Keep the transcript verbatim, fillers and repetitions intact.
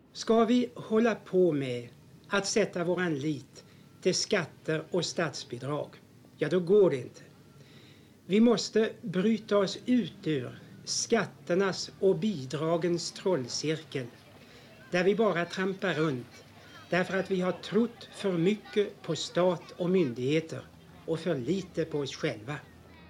Ska vi hålla på med att sätta våran lit till skatter och statsbidrag, ja då går det inte. Vi måste bryta oss ut ur skatternas och bidragens trollcirkel, där vi bara trampar runt därför att vi har trott för mycket på stat och myndigheter och för lite på oss själva.